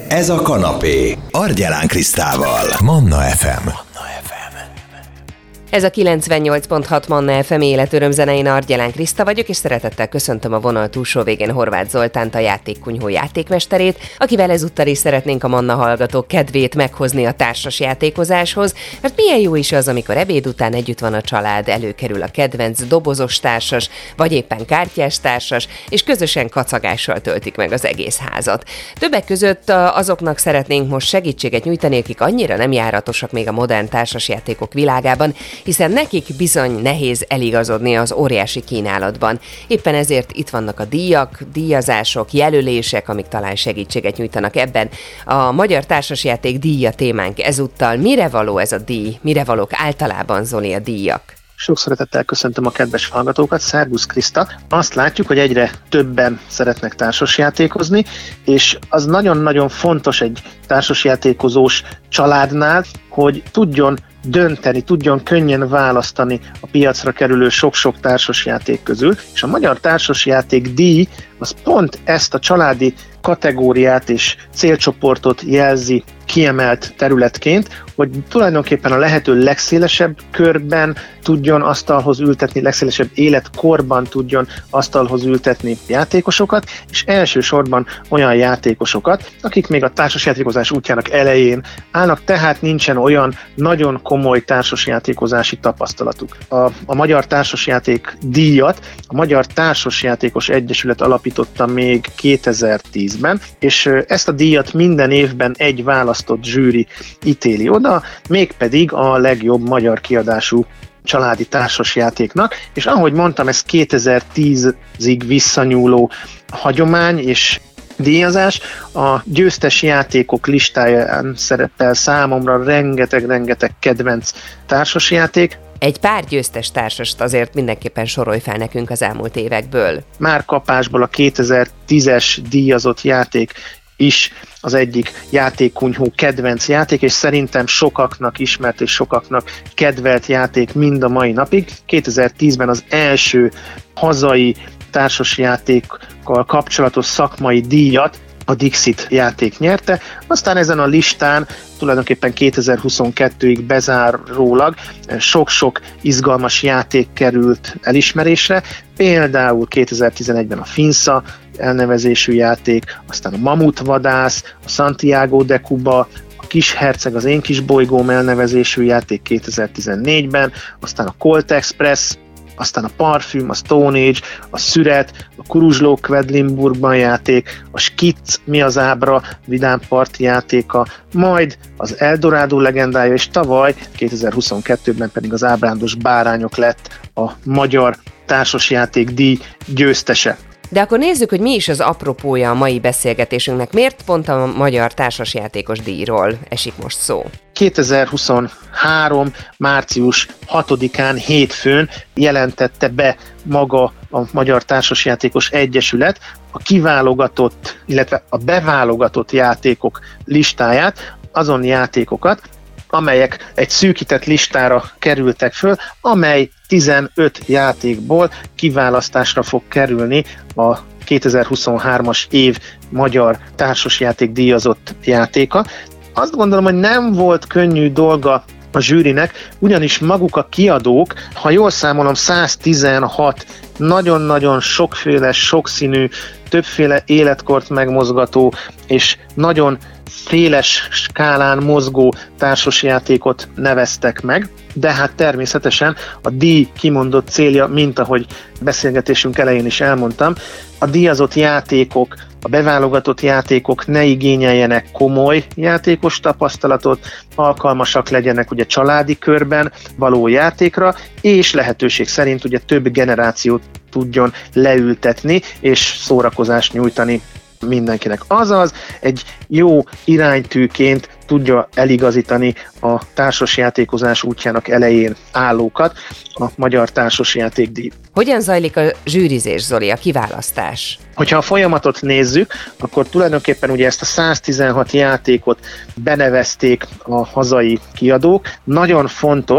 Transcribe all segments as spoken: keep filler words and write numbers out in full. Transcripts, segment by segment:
Ez a kanapé. Argyelán Krisztával. Manna ef em. Ez a kilencvennyolc pont hat Manna ef em életöröm zene, én Argyelán Kriszta vagyok, és szeretettel köszöntöm a vonal túlsó végén Horváth Zoltánt, a játékkunyhó játékmesterét, akivel ezúttal is szeretnénk a Manna hallgatók kedvét meghozni a társas játékozáshoz, mert milyen jó is az, amikor ebéd után együtt van a család, előkerül a kedvenc dobozos társas, vagy éppen kártyás társas, és közösen kacagással töltik meg az egész házat. Többek között azoknak szeretnénk most segítséget nyújtani, akik annyira nem járatosak még a modern társasjátékok világában, hiszen nekik bizony nehéz eligazodni az óriási kínálatban. Éppen ezért itt vannak a díjak, díjazások, jelölések, amik talán segítséget nyújtanak ebben. A Magyar Társasjáték díja témánk ezúttal. Mire való ez a díj? Mire valók általában, Zoli, a díjak? Sok szeretettel köszöntöm a kedves hallgatókat, szervusz Kriszta! Azt látjuk, hogy egyre többen szeretnek társasjátékozni, és az nagyon-nagyon fontos egy társasjátékozós családnál, hogy tudjon dönteni, tudjon könnyen választani a piacra kerülő sok-sok társasjáték közül, és a Magyar Társasjáték díj az pont ezt a családi kategóriát és célcsoportot jelzi kiemelt területként, hogy tulajdonképpen a lehető legszélesebb körben tudjon asztalhoz ültetni, legszélesebb életkorban tudjon asztalhoz ültetni játékosokat, és elsősorban olyan játékosokat, akik még a társasjátékozás útjának elején állnak, tehát nincsen olyan nagyon komoly társasjátékozási tapasztalatuk. A, a Magyar Társasjáték díjat a Magyar Társasjátékos Egyesület alapította még kétezer-tízben, és ezt a díjat minden évben egy választott zsűri ítéli oda, mégpedig a legjobb magyar kiadású családi társasjátéknak, és ahogy mondtam, ez kétezer-tízig visszanyúló hagyomány és díjazás. A győztes játékok listáján szerepel számomra rengeteg-rengeteg kedvenc társasjáték. Egy pár győztes társast azért mindenképpen sorolj fel nekünk az elmúlt évekből. Már kapásból a kétezer-tízes díjazott játék is az egyik játékkunyhó kedvenc játék, és szerintem sokaknak ismert és sokaknak kedvelt játék mind a mai napig. kétezer-tízben az első hazai társasjátékkal kapcsolatos szakmai díjat a Dixit játék nyerte, aztán ezen a listán tulajdonképpen kétezer-huszonkettőig bezárólag sok-sok izgalmas játék került elismerésre, például kétezer-tizenegyben a Finsza elnevezésű játék, aztán a Mamutvadász, a Santiago de Cuba, a Kisherceg, az Én kis bolygóm elnevezésű játék kétezer-tizennégyben, aztán a Colt Express, aztán a Parfüm, a Stone Age, a Szüret, a Kuruzsló Quedlinburgban játék, a Skitz, Mi az ábra, Vidám parti játéka, majd az Eldorado legendája, és tavaly kétezer-huszonkettőben pedig az Ábrándos bárányok lett a Magyar Társasjáték díj győztese. De akkor nézzük, hogy mi is az apropója a mai beszélgetésünknek. Miért pont a Magyar Társasjátékos díjról esik most szó? kétezer-huszonhárom. március hatodikán hétfőn jelentette be maga a Magyar Társasjátékos Egyesület a kiválogatott, illetve a beválogatott játékok listáját, azon játékokat, amelyek egy szűkített listára kerültek föl, amely tizenöt játékból kiválasztásra fog kerülni a kétezer-huszonhármas év Magyar Társasjáték díjazott játéka. Azt gondolom, hogy nem volt könnyű dolga a zsűrinek, ugyanis maguk a kiadók, ha jól számolom, száztizenhat nagyon-nagyon sokféle, sokszínű, többféle életkort megmozgató és nagyon széles skálán mozgó társasjátékot neveztek meg, de hát természetesen a díj kimondott célja, mint ahogy beszélgetésünk elején is elmondtam, a díjazott játékok, a beválogatott játékok ne igényeljenek komoly játékos tapasztalatot, alkalmasak legyenek ugye családi körben való játékra, és lehetőség szerint ugye több generációt tudjon leültetni és szórakozást nyújtani mindenkinek. Azaz egy jó iránytűként tudja eligazítani a társasjátékozás útjának elején állókat a Magyar Társasjáték díj. Hogyan zajlik a zsűrizés, Zoli, a kiválasztás? Hogyha a folyamatot nézzük, akkor tulajdonképpen ugye ezt a száztizenhat játékot benevezték a hazai kiadók. Nagyon fontos,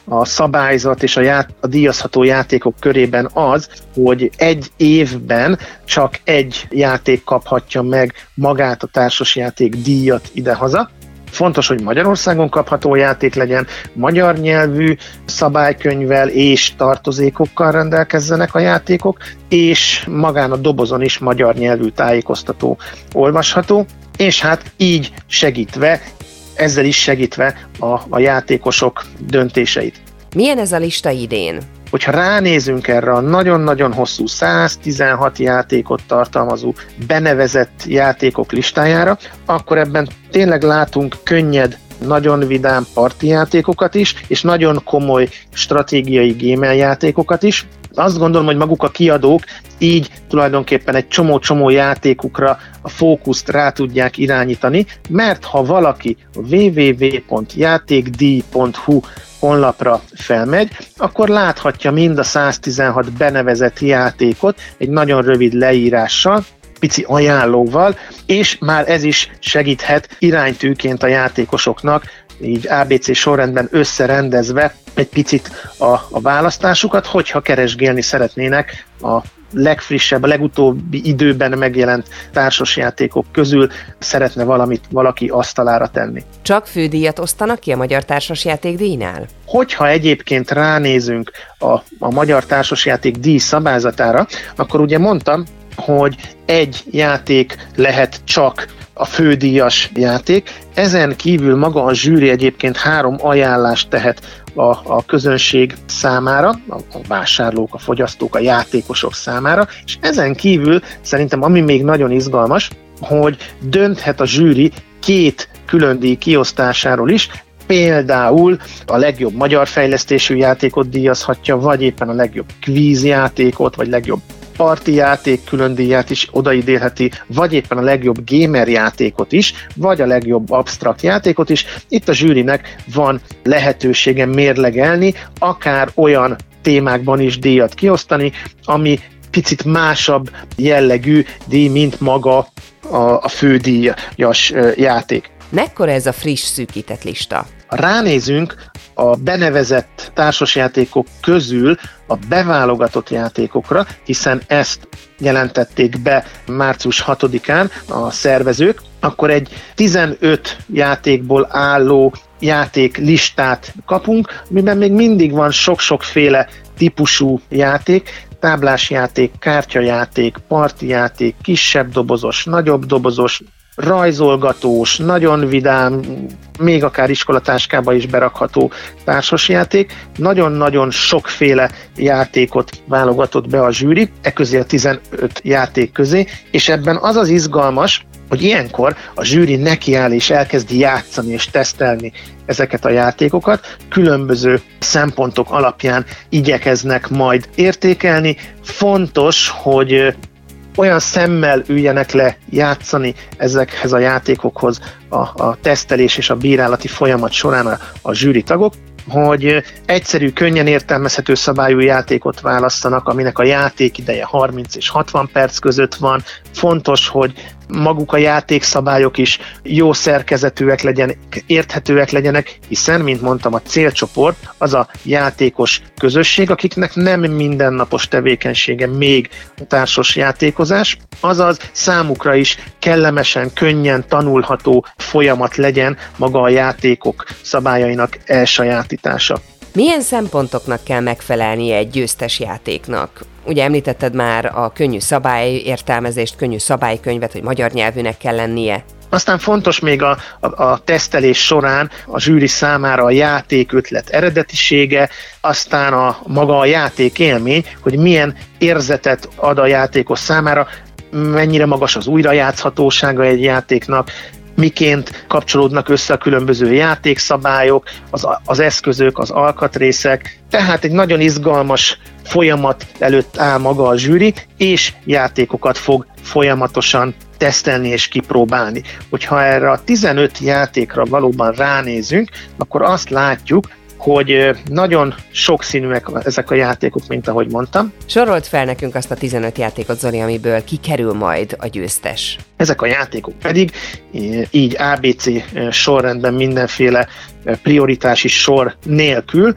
a szabályzat és a, ját, a díjazható játékok körében az, hogy egy évben csak egy játék kaphatja meg magát a társasjáték díjat idehaza. Fontos, hogy Magyarországon kapható játék legyen, magyar nyelvű szabálykönyvvel és tartozékokkal rendelkezzenek a játékok, és magán a dobozon is magyar nyelvű tájékoztató olvasható, és hát így segítve, ezzel is segítve a, a játékosok döntéseit. Milyen ez a lista idén? Hogyha ránézünk erre a nagyon-nagyon hosszú száztizenhat játékot tartalmazó benevezett játékok listájára, akkor ebben tényleg látunk könnyed, nagyon vidám parti játékokat is, és nagyon komoly stratégiai gémel játékokat is. Azt gondolom, hogy maguk a kiadók így tulajdonképpen egy csomó-csomó játékukra a fókuszt rá tudják irányítani, mert ha valaki a double-u double-u double-u pont játékdíj pont hu honlapra felmegy, akkor láthatja mind a száztizenhat benevezett játékot egy nagyon rövid leírással, pici ajánlóval, és már ez is segíthet iránytűként a játékosoknak, így á bé cé sorrendben összerendezve egy picit a, a választásukat, hogyha keresgélni szeretnének a legfrissebb, a legutóbbi időben megjelent társasjátékok közül szeretne valamit valaki asztalára tenni. Csak fődíjat osztanak ki a Magyar Társasjáték díjnál? Hogyha egyébként ránézünk a, a Magyar Társasjáték díj szabályzatára, akkor ugye mondtam, hogy egy játék lehet csak a fődíjas játék. Ezen kívül maga a zsűri egyébként három ajánlást tehet a, a közönség számára, a, a vásárlók, a fogyasztók, a játékosok számára, és ezen kívül szerintem ami még nagyon izgalmas, hogy dönthet a zsűri két külön díj kiosztásáról is, például a legjobb magyar fejlesztésű játékot díjazhatja, vagy éppen a legjobb kvízjátékot, vagy legjobb parti játék külön díját is odaidélheti, vagy éppen a legjobb gamer játékot is, vagy a legjobb absztrakt játékot is. Itt a zsűrinek van lehetősége mérlegelni, akár olyan témákban is díjat kiosztani, ami picit másabb jellegű díj, mint maga a, a fődíjas játék. Mekkora ez a friss szűkített lista? Ha ránézünk a benevezett társasjátékok közül a beválogatott játékokra, hiszen ezt jelentették be március hatodikán a szervezők, akkor egy tizenöt játékból álló játéklistát kapunk, amiben még mindig van sok-sokféle típusú játék, táblásjáték, kártyajáték, partijáték, kisebb dobozos, nagyobb dobozos, rajzolgatós, nagyon vidám, még akár iskolatáskába is berakható társasjáték. Nagyon-nagyon sokféle játékot válogatott be a zsűri, e közé a tizenöt játék közé, és ebben az az izgalmas, hogy ilyenkor a zsűri nekiáll és elkezdi játszani és tesztelni ezeket a játékokat, különböző szempontok alapján igyekeznek majd értékelni. Fontos, hogy olyan szemmel üljenek le játszani ezekhez a játékokhoz a, a tesztelés és a bírálati folyamat során a, a zsűri tagok, hogy egyszerű, könnyen értelmezhető szabályú játékot választanak, aminek a játékideje harminc és hatvan perc között van. Fontos, hogy maguk a játékszabályok is jó szerkezetűek legyenek, érthetőek legyenek, hiszen, mint mondtam, a célcsoport az a játékos közösség, akiknek nem mindennapos tevékenysége még a társas játékozás, azaz számukra is kellemesen, könnyen tanulható folyamat legyen maga a játékok szabályainak elsajátítása. Milyen szempontoknak kell megfelelnie egy győztes játéknak? Ugye említetted már a könnyű szabályértelmezést, könnyű szabálykönyvet, hogy magyar nyelvűnek kell lennie. Aztán fontos még a, a, a tesztelés során a zsűri számára a játék ötlet eredetisége, aztán a maga a játék élmény, hogy milyen érzetet ad a játékos számára, mennyire magas az újrajátszhatósága egy játéknak, miként kapcsolódnak össze a különböző játékszabályok, az, az eszközök, az alkatrészek. Tehát egy nagyon izgalmas folyamat előtt áll maga a zsűri, és játékokat fog folyamatosan tesztelni és kipróbálni. Hogyha erre a tizenöt játékra valóban ránézünk, akkor azt látjuk, hogy nagyon sokszínűek ezek a játékok, mint ahogy mondtam. Sorolt fel nekünk azt a tizenöt játékot, Zoli, amiből kikerül majd a győztes. Ezek a játékok pedig így á bé cé sorrendben mindenféle prioritási sor nélkül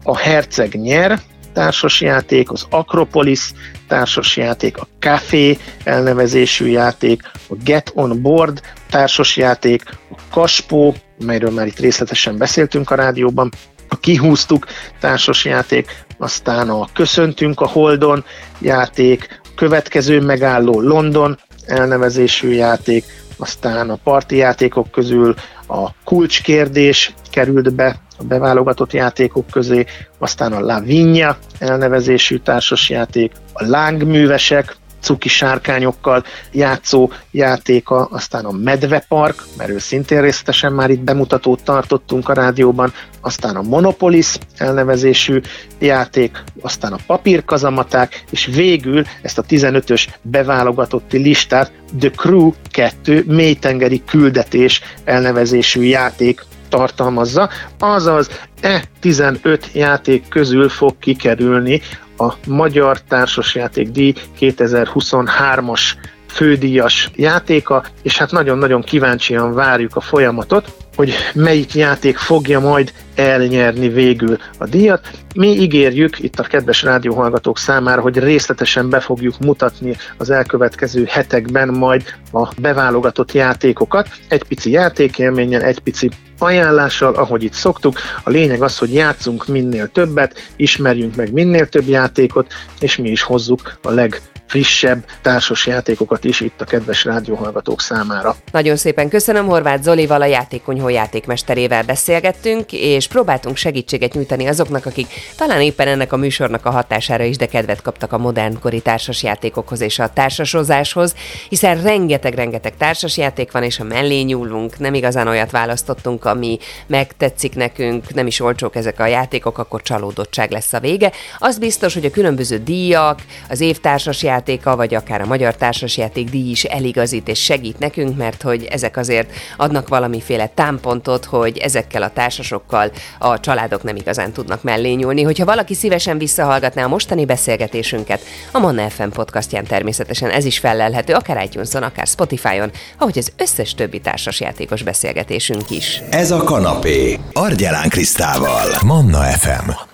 a Herceg nyer társasjáték, az Akropolis társasjáték, a Café elnevezésű játék, a Get on Board társasjáték, a Kaspó, melyről már itt részletesen beszéltünk a rádióban, a Kihúztuk társasjáték, aztán a Köszöntünk a Holdon játék, a Következő megálló London elnevezésű játék, aztán a parti játékok közül a Kulcskérdés került be a beválogatott játékok közé, aztán a La Vigna elnevezésű társasjáték, a Lángművesek, cuki sárkányokkal játszó játéka, aztán a Medvepark, mert ő szintén részletesen már itt bemutatót tartottunk a rádióban, aztán a Monopolis elnevezésű játék, aztán a Papírkazamaták, és végül ezt a tizenötös beválogatotti listát The Crew kettő mélytengeri küldetés elnevezésű játék tartalmazza, azaz e tizenöt játék közül fog kikerülni a Magyar Társasjátékdíj kétezer-huszonhármas fődíjas játéka, és hát nagyon-nagyon kíváncsian várjuk a folyamatot, hogy melyik játék fogja majd elnyerni végül a díjat. Mi ígérjük itt a kedves rádióhallgatók számára, hogy részletesen be fogjuk mutatni az elkövetkező hetekben majd a beválogatott játékokat. Egy pici játékélménnyel, egy pici ajánlással, ahogy itt szoktuk. A lényeg az, hogy játszunk minél többet, ismerjünk meg minél több játékot, és mi is hozzuk a legfrissebb társas játékokat is itt a kedves rádióhallgatók számára. Nagyon szépen köszönöm, Horváth Zolival, a Játékkonyhó játékmesterével beszélgettünk, és próbáltunk segítséget nyújtani azoknak, akik talán éppen ennek a műsornak a hatására is, de kedvet kaptak a modernkori társasjátékokhoz és a társasozáshoz, hiszen rengeteg-rengeteg társasjáték van, és ha mellé nyúlunk, nem igazán olyat választottunk, ami megtetszik nekünk, nem is olcsók ezek a játékok, akkor csalódottság lesz a vége. Az biztos, hogy a különböző díjak, az év társasjátéka, vagy akár a Magyar Társasjátékdíj is eligazít és segít nekünk, mert hogy ezek azért adnak valamiféle támpontot, hogy ezekkel a társasokkal a családok nem igazán tudnak mellé nyúlni. Hogyha valaki szívesen visszahallgatná a mostani beszélgetésünket, a Manna ef em podcastján természetesen ez is fellelhető, akár iTunes-on, akár Spotify-on, ahogy az összes többi társasjátékos beszélgetésünk is. Ez a kanapé Argyelán Krisztával, Manna ef em.